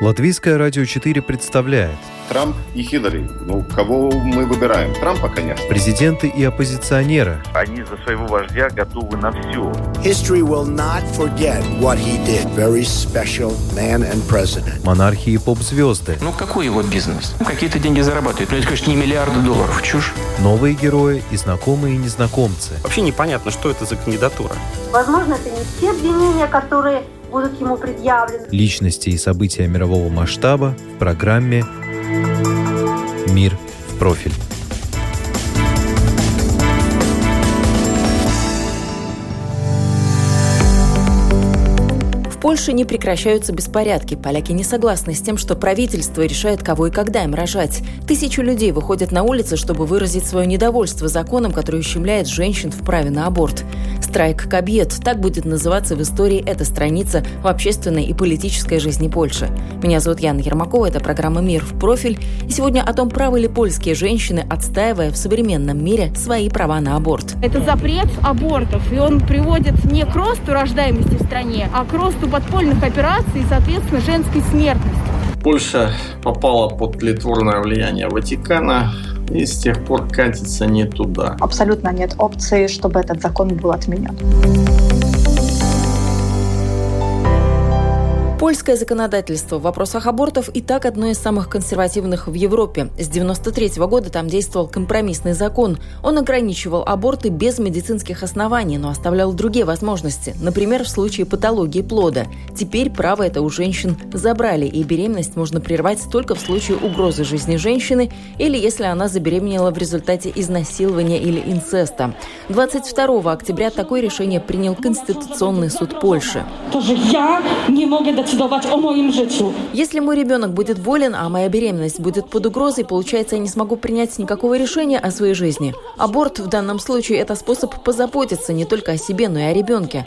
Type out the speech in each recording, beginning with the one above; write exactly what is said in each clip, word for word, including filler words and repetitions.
Латвийское радио четыре представляет Трамп и Хиллари. Ну, кого мы выбираем? Трампа, конечно. Президенты и оппозиционеры. Они за своего вождя готовы на все. History will not forget what he did. Very special man and president. Монархи и поп-звезды. Ну, какой его бизнес? Какие-то деньги зарабатывают. Ну, это, конечно, не миллиарды долларов. Чушь. Новые герои и знакомые и незнакомцы. Вообще непонятно, что это за кандидатура. Возможно, это не те обвинения, которые будут ему предъявлены. Личности и события мирового масштаба в программе «Мир в профиль». В Польше не прекращаются беспорядки. Поляки не согласны с тем, что правительство решает, кого и когда им рожать. Тысячи людей выходят на улицы, чтобы выразить свое недовольство законом, который ущемляет женщин в праве на аборт. «Страйк Кобьет» – так будет называться в истории эта страница в общественной и политической жизни Польши. Меня зовут Яна Ермакова, это программа «Мир в профиль». И сегодня о том, правы ли польские женщины, отстаивая в современном мире свои права на аборт. Это запрет абортов, и он приводит не к росту рождаемости в стране, а к росту подпольных операций и, соответственно, женской смертности. Польша попала под тлетворное влияние Ватикана и с тех пор катится не туда. Абсолютно нет опции, чтобы этот закон был отменен. Польское законодательство в вопросах абортов и так одно из самых консервативных в Европе. С девяносто третьего года там действовал компромиссный закон. Он ограничивал аборты без медицинских оснований, но оставлял другие возможности, например, в случае патологии плода. Теперь право это у женщин забрали, и беременность можно прервать только в случае угрозы жизни женщины или если она забеременела в результате изнасилования или инцеста. двадцать второго октября такое решение принял Конституционный суд Польши. Я не могу о моем жизни. Если мой ребенок будет болен, а моя беременность будет под угрозой, получается, я не смогу принять никакого решения о своей жизни. Аборт в данном случае – это способ позаботиться не только о себе, но и о ребенке.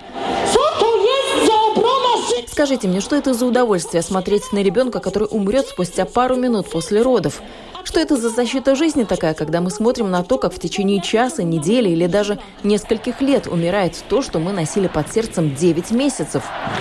Скажите мне, что это за удовольствие смотреть на ребенка, который умрет спустя пару минут после родов? Что это за защита жизни такая, когда мы смотрим на то, как в течение часа, недели или даже нескольких лет умирает то, что мы носили под сердцем девять месяцев?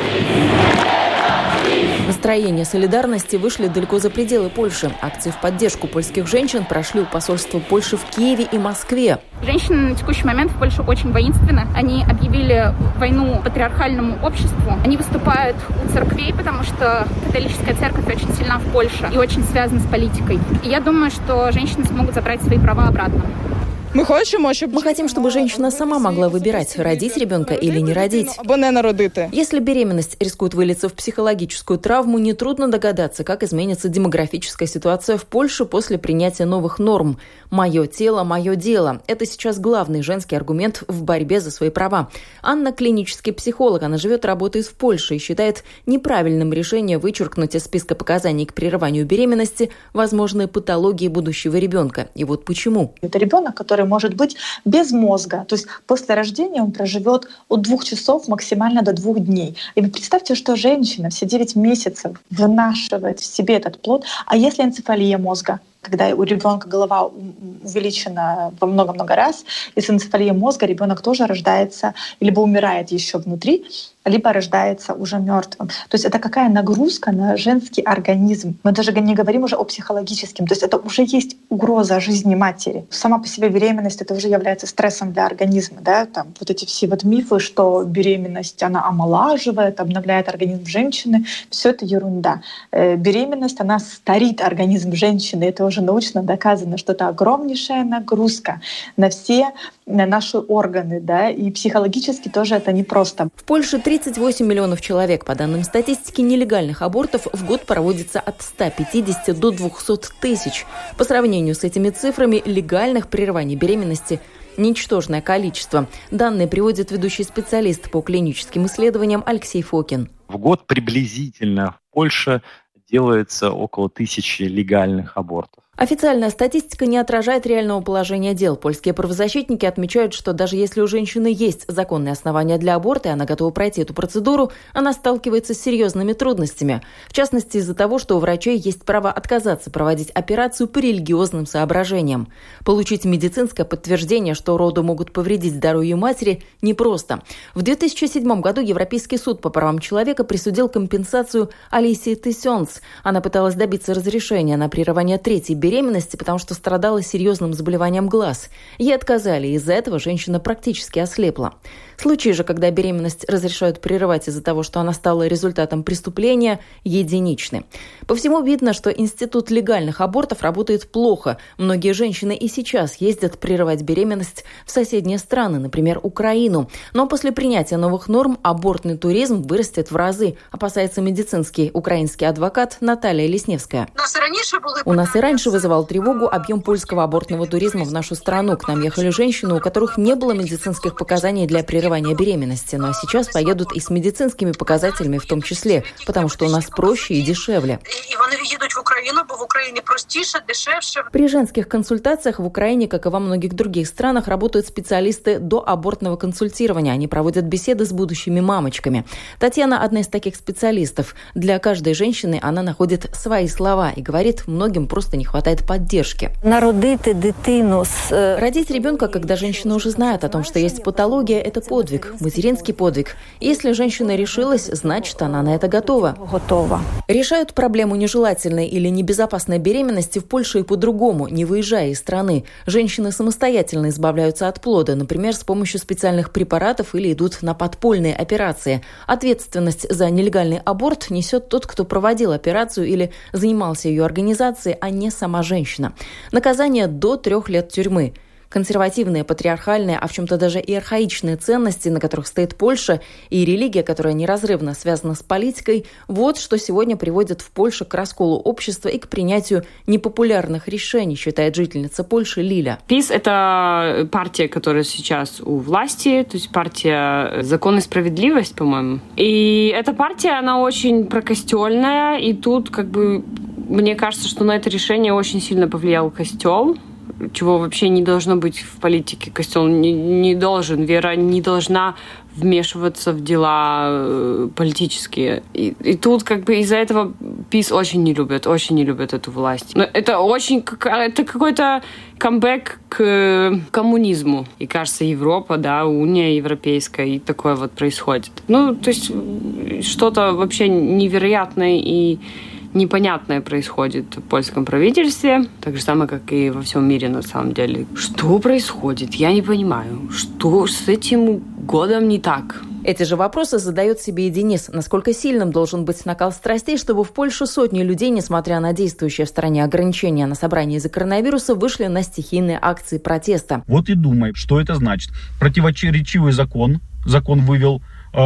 Настроения солидарности вышли далеко за пределы Польши. Акции в поддержку польских женщин прошли у посольства Польши в Киеве и Москве. Женщины на текущий момент в Польше очень воинственны. Они объявили войну патриархальному обществу. Они выступают у церквей, потому что католическая церковь очень сильна в Польше и очень связана с политикой. И я думаю, что женщины смогут забрать свои права обратно. Мы хотим, чтобы женщина сама могла выбирать, родить ребенка или не родить. Если беременность рискует вылиться в психологическую травму, нетрудно догадаться, как изменится демографическая ситуация в Польше после принятия новых норм. «Мое тело, мое дело» – это сейчас главный женский аргумент в борьбе за свои права. Анна – клинический психолог, она живет и работает в Польше и считает неправильным решение вычеркнуть из списка показаний к прерыванию беременности возможные патологии будущего ребенка. И вот почему. Это ребенок, который может быть без мозга. То есть после рождения он проживет от двух часов максимально до двух дней. И вы представьте, что женщина все девять месяцев вынашивает в себе этот плод. А если энцефалия мозга? Когда у ребенка голова увеличена во много-много раз, и с энцефалией мозга ребенок тоже рождается, либо умирает еще внутри, либо рождается уже мертвым. То есть это какая нагрузка на женский организм. Мы даже не говорим уже о психологическом. То есть это уже есть угроза жизни матери. Сама по себе беременность это уже является стрессом для организма. Да? Там вот эти все вот мифы, что беременность она омолаживает, обновляет организм женщины, все это ерунда. Беременность она старит организм женщины. Это уже научно доказано, что это огромнейшая нагрузка на все на наши органы, да, и психологически тоже это непросто. В Польше тридцать восемь миллионов человек. По данным статистики, нелегальных абортов в год проводится от ста пятидесяти до двухсот тысяч. По сравнению с этими цифрами, легальных прерываний беременности ничтожное количество. Данные приводит ведущий специалист по клиническим исследованиям Алексей Фокин. В год приблизительно в Польше делается около тысячи легальных абортов. Официальная статистика не отражает реального положения дел. Польские правозащитники отмечают, что даже если у женщины есть законные основания для аборта, и она готова пройти эту процедуру, она сталкивается с серьезными трудностями. В частности, из-за того, что у врачей есть право отказаться проводить операцию по религиозным соображениям. Получить медицинское подтверждение, что роды могут повредить здоровью матери, непросто. В две тысячи седьмом году Европейский суд по правам человека присудил компенсацию Алисии Тысенц. Она пыталась добиться разрешения на прерывание третьей беременности, беременности, потому что страдала серьезным заболеванием глаз. Ей отказали, и из-за этого женщина практически ослепла. Случаи же, когда беременность разрешают прерывать из-за того, что она стала результатом преступления, единичны. По всему видно, что институт легальных абортов работает плохо. Многие женщины и сейчас ездят прерывать беременность в соседние страны, например, Украину. Но после принятия новых норм абортный туризм вырастет в разы, опасается медицинский украинский адвокат Наталья Лесневская. У нас и раньше вызывал тревогу объем польского абортного туризма в нашу страну. К нам ехали женщины, у которых не было медицинских показаний для прерывания беременности, но сейчас поедут и с медицинскими показателями в том числе, потому что у нас проще и дешевле. При женских консультациях в Украине, как и во многих других странах, работают специалисты до абортного консультирования. Они проводят беседы с будущими мамочками. Татьяна – одна из таких специалистов. Для каждой женщины она находит свои слова и говорит, многим просто не хватает поддержки. Родить ребенка, когда женщина уже знает о том, что есть патология, это подвиг, материнский подвиг. Если женщина решилась, значит, она на это готова. Готова. Решают проблему нежелательной или небезопасной беременности в Польше и по-другому, не выезжая из страны. Женщины самостоятельно избавляются от плода, например, с помощью специальных препаратов или идут на подпольные операции. Ответственность за нелегальный аборт несет тот, кто проводил операцию или занимался ее организацией, а не сама женщина. Наказание до трех лет тюрьмы. Консервативные, патриархальные, а в чем-то даже и архаичные ценности, на которых стоит Польша, и религия, которая неразрывно связана с политикой, вот что сегодня приводит в Польше к расколу общества и к принятию непопулярных решений, считает жительница Польши Лиля. ПиС – это партия, которая сейчас у власти, то есть партия «Закон и справедливость», по-моему. И эта партия, она очень прокостельная, и тут как бы мне кажется, что на это решение очень сильно повлиял костел, чего вообще не должно быть в политике. Костел не, не должен, вера не должна вмешиваться в дела политические. И, и тут как бы из-за этого ПиС очень не любят, очень не любят эту власть. Но это очень, это какой-то камбэк к коммунизму. И кажется, Европа, да, Уния Европейская, и такое вот происходит. Ну, то есть что-то вообще невероятное и непонятное происходит в польском правительстве, так же самое, как и во всем мире на самом деле. Что происходит? Я не понимаю. Что с этим годом не так? Эти же вопросы задает себе и Денис. Насколько сильным должен быть накал страстей, чтобы в Польше сотни людей, несмотря на действующие в стране ограничения на собрании из-за коронавируса, вышли на стихийные акции протеста. Вот и думай, что это значит. Противоречивый закон. Закон вывел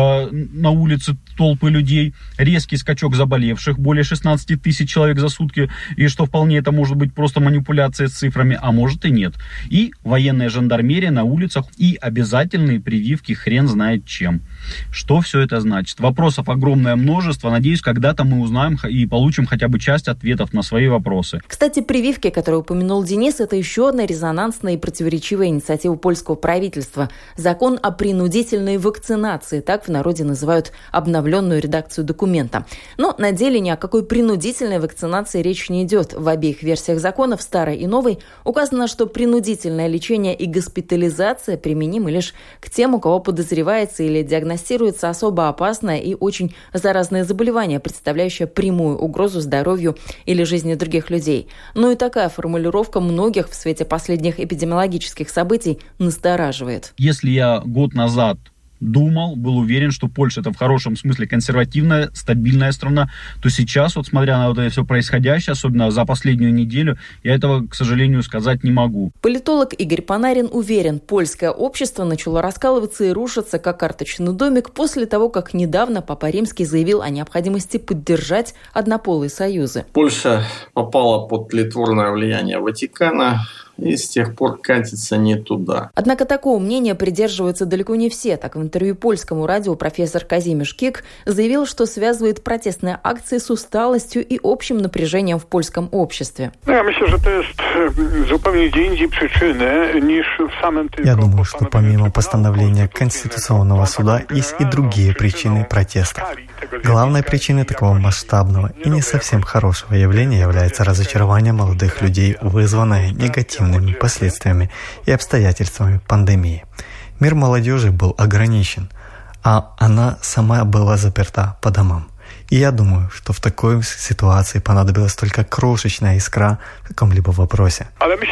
на улице толпы людей, резкий скачок заболевших, более шестнадцать тысяч человек за сутки, и что вполне это может быть просто манипуляция с цифрами, а может и нет. И военная жандармерия на улицах, и обязательные прививки хрен знает чем. Что все это значит? Вопросов огромное множество. Надеюсь, когда-то мы узнаем и получим хотя бы часть ответов на свои вопросы. Кстати, прививки, которые упомянул Денис, это еще одна резонансная и противоречивая инициатива польского правительства. Закон о принудительной вакцинации. Так в народе называют обновленную редакцию документа. Но на деле ни о какой принудительной вакцинации речь не идет. В обеих версиях законов, старой и новой, указано, что принудительное лечение и госпитализация применимы лишь к тем, у кого подозревается или диагностируется особо опасное и очень заразное заболевание, представляющее прямую угрозу здоровью или жизни других людей. Но и такая формулировка многих в свете последних эпидемиологических событий настораживает. Если я год назад думал, был уверен, что Польша это в хорошем смысле консервативная, стабильная страна, то сейчас, вот смотря на вот это все происходящее, особенно за последнюю неделю, я этого, к сожалению, сказать не могу. Политолог Игорь Панарин уверен, польское общество начало раскалываться и рушиться как карточный домик после того, как недавно Папа Римский заявил о необходимости поддержать однополые союзы. Польша попала под тлетворное влияние Ватикана, и с тех пор катится не туда. Однако такого мнения придерживаются далеко не все. Так, в интервью польскому радио профессор Казимирz Кик заявил, что связывает протестные акции с усталостью и общим напряжением в польском обществе. Я думаю, что помимо постановления Конституционного суда есть и другие причины протеста. Главной причиной такого масштабного и не совсем хорошего явления является разочарование молодых людей, вызванное негативными последствиями и обстоятельствами пандемии. Мир молодежи был ограничен, а она сама была заперта по домам. И я думаю, что в такой ситуации понадобилась только крошечная искра в каком-либо вопросе.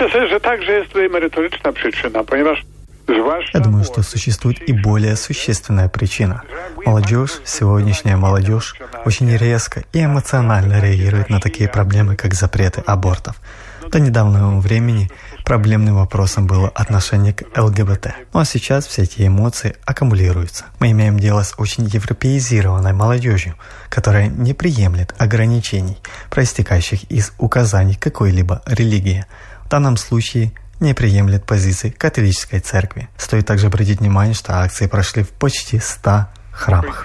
Я думаю, что существует и более существенная причина. Молодежь, сегодняшняя молодежь, очень резко и эмоционально реагирует на такие проблемы, как запреты абортов. До недавнего времени проблемным вопросом было отношение к ЛГБТ. Ну а сейчас все эти эмоции аккумулируются. Мы имеем дело с очень европеизированной молодежью, которая не приемлет ограничений, проистекающих из указаний какой-либо религии. В данном случае не приемлет позиции католической церкви. Стоит также обратить внимание, что акции прошли в почти ста храмах.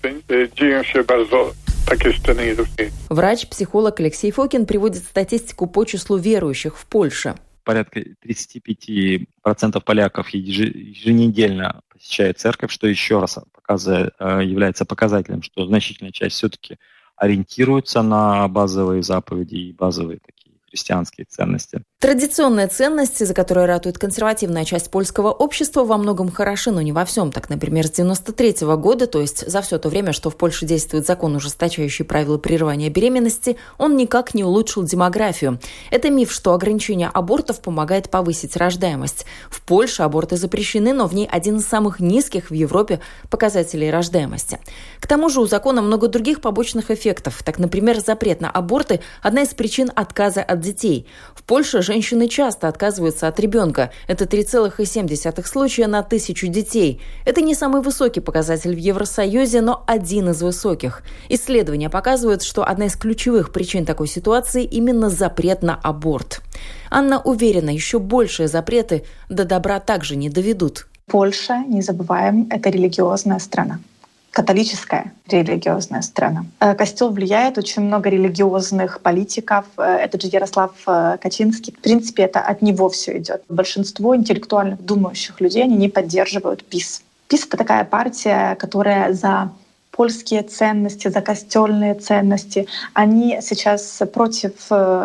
Врач, психолог Алексей Фокин приводит статистику по числу верующих в Польше. Порядка тридцать пять процентов поляков еженедельно посещает церковь, что еще раз показывает, является показателем, что значительная часть все-таки ориентируется на базовые заповеди и базовые такие христианские ценности. Традиционные ценности, за которые ратует консервативная часть польского общества, во многом хороши, но не во всем. Так, например, с девяносто третьего года, то есть за все то время, что в Польше действует закон, ужесточающий правила прерывания беременности, он никак не улучшил демографию. Это миф, что ограничение абортов помогает повысить рождаемость. В Польше аборты запрещены, но в ней один из самых низких в Европе показателей рождаемости. К тому же у закона много других побочных эффектов. Так, например, запрет на аборты – одна из причин отказа от детей. В Польше женщины часто отказываются от ребенка. Это три целых семь десятых случая на тысячу детей. Это не самый высокий показатель в Евросоюзе, но один из высоких. Исследования показывают, что одна из ключевых причин такой ситуации именно запрет на аборт. Анна уверена, еще большие запреты до добра также не доведут. Польша, не забываем, это религиозная страна. Католическая религиозная страна. Костел влияет, очень много религиозных политиков. Это же Ярослав Качинский. В принципе, это от него все идет. Большинство интеллектуальных думающих людей, они не поддерживают ПиС. ПиС — это такая партия, которая за польские ценности, за костельные ценности. Они сейчас против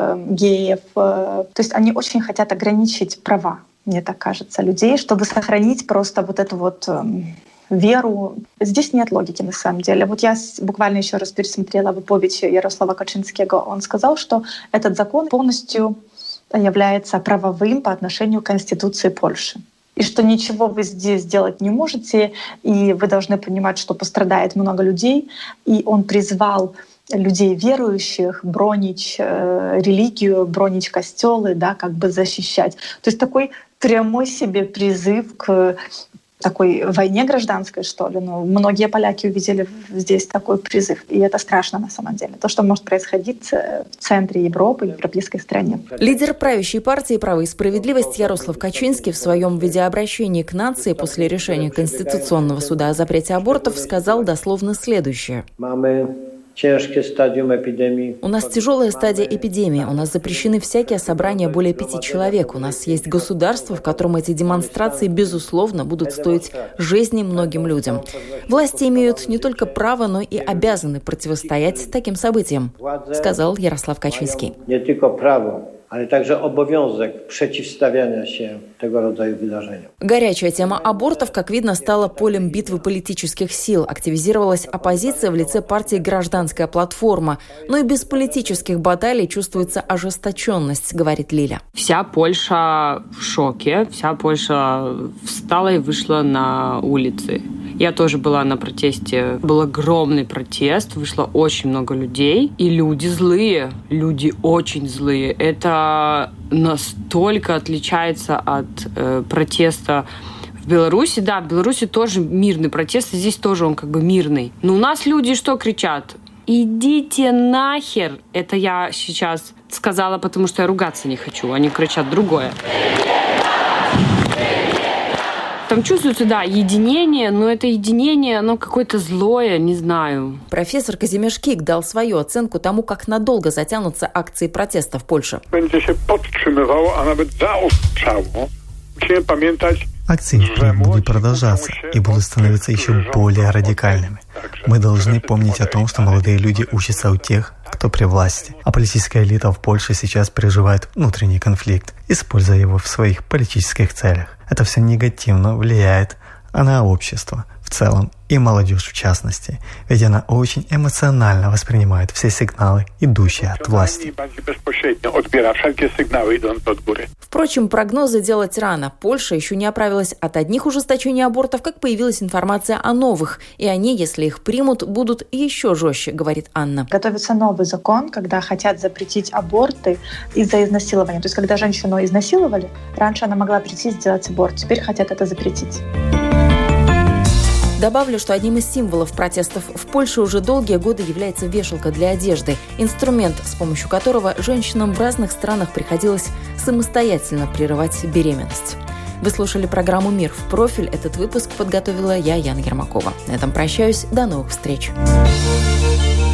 геев. То есть они очень хотят ограничить права, мне так кажется, людей, чтобы сохранить просто вот эту вот веру. Здесь нет логики на самом деле. Вот я буквально еще раз пересмотрела выповедь Ярослава Качинского. Он сказал, что этот закон полностью является правовым по отношению к Конституции Польши. И что ничего вы здесь сделать не можете, и вы должны понимать, что пострадает много людей. И он призвал людей верующих бронить э, религию, бронить костелы, да, как бы защищать. То есть такой прямой себе призыв к такой войне гражданской, что ли. Ну, многие поляки увидели здесь такой призыв. И это страшно на самом деле. То, что может происходить в центре Европы, в европейской стране. Лидер правящей партии «Право и справедливость» Ярослав Качинский в своем видеообращении к нации после решения Конституционного суда о запрете абортов сказал дословно следующее. У нас тяжелая стадия эпидемии. У нас запрещены всякие собрания более пяти человек. У нас есть государство, в котором эти демонстрации, безусловно, будут стоить жизни многим людям. Власти имеют не только право, но и обязаны противостоять таким событиям, сказал Ярослав Качинский. Не только право, ale także obowiązek przeciwstawiania się tego rodzaju wydarzeniom. Горячая тема абортов, как видно, стала полем битвы политических сил. Активизировалась оппозиция в лице партии «Гражданская платформа». Но и без политических баталий чувствуется ожесточенность, говорит Лиля. Вся Польша в шоке. Вся Польша встала и вышла на улицы. Я тоже была на протесте. Был огромный протест. Вышло очень много людей. И люди злые. Люди очень злые. Это настолько отличается от э, протеста в Беларуси. Да, в Беларуси тоже мирный протест, и здесь тоже он как бы мирный. Но у нас люди что кричат? идите нахер. Это я сейчас сказала, потому что я ругаться не хочу. Они кричат другое. Там чувствуется, да, единение, но это единение, оно какое-то злое, не знаю. Профессор Казимierz Kik дал свою оценку тому, как надолго затянутся акции протеста в Польше. Акции будут продолжаться и будут становиться еще более радикальными. Мы должны помнить о том, что молодые люди учатся у тех, кто при власти. А политическая элита в Польше сейчас переживает внутренний конфликт, используя его в своих политических целях. Это все негативно влияет на общество в целом и молодежь в частности, ведь она очень эмоционально воспринимает все сигналы, идущие от власти. Впрочем, прогнозы делать рано. Польша еще не оправилась от одних ужесточений абортов, как появилась информация о новых. И они, если их примут, будут еще жестче, говорит Анна. Готовится новый закон, когда хотят запретить аборты из-за изнасилования. То есть, когда женщину изнасиловали, раньше она могла прийти и сделать аборт. Теперь хотят это запретить. Добавлю, что одним из символов протестов в Польше уже долгие годы является вешалка для одежды, инструмент, с помощью которого женщинам в разных странах приходилось самостоятельно прерывать беременность. Вы слушали программу «Мир в профиль». Этот выпуск подготовила я, Яна Ермакова. На этом прощаюсь. До новых встреч.